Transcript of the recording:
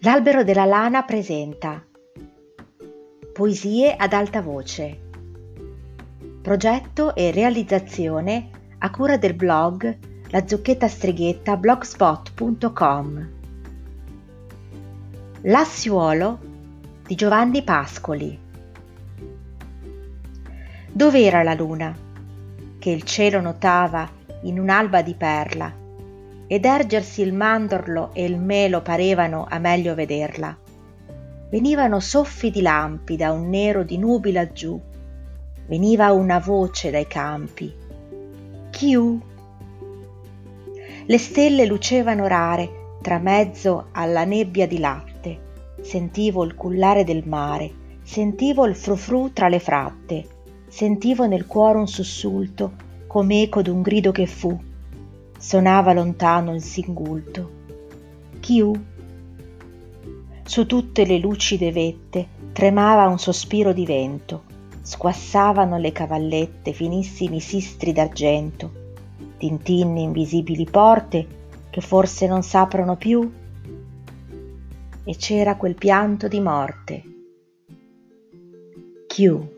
L'Albero della Lana presenta Poesie ad alta voce. Progetto e realizzazione a cura del blog La Zucchetta Streghetta blogspot.com. Lassiuolo di Giovanni Pascoli. Dov'era la luna, che il cielo notava in un'alba di perla, ed ergersi il mandorlo e il melo parevano a meglio vederla. Venivano soffi di lampi da un nero di nubi laggiù, veniva una voce dai campi. Chiù! Le stelle lucevano rare tra mezzo alla nebbia di latte, sentivo il cullare del mare, sentivo il frufru tra le fratte, sentivo nel cuore un sussulto come eco d'un grido che fu, sonava lontano il singulto. Chiù! Su tutte le lucide vette tremava un sospiro di vento, squassavano le cavallette finissimi sistri d'argento, tintinne invisibili porte che forse non s'aprono più, e c'era quel pianto di morte. Chiù!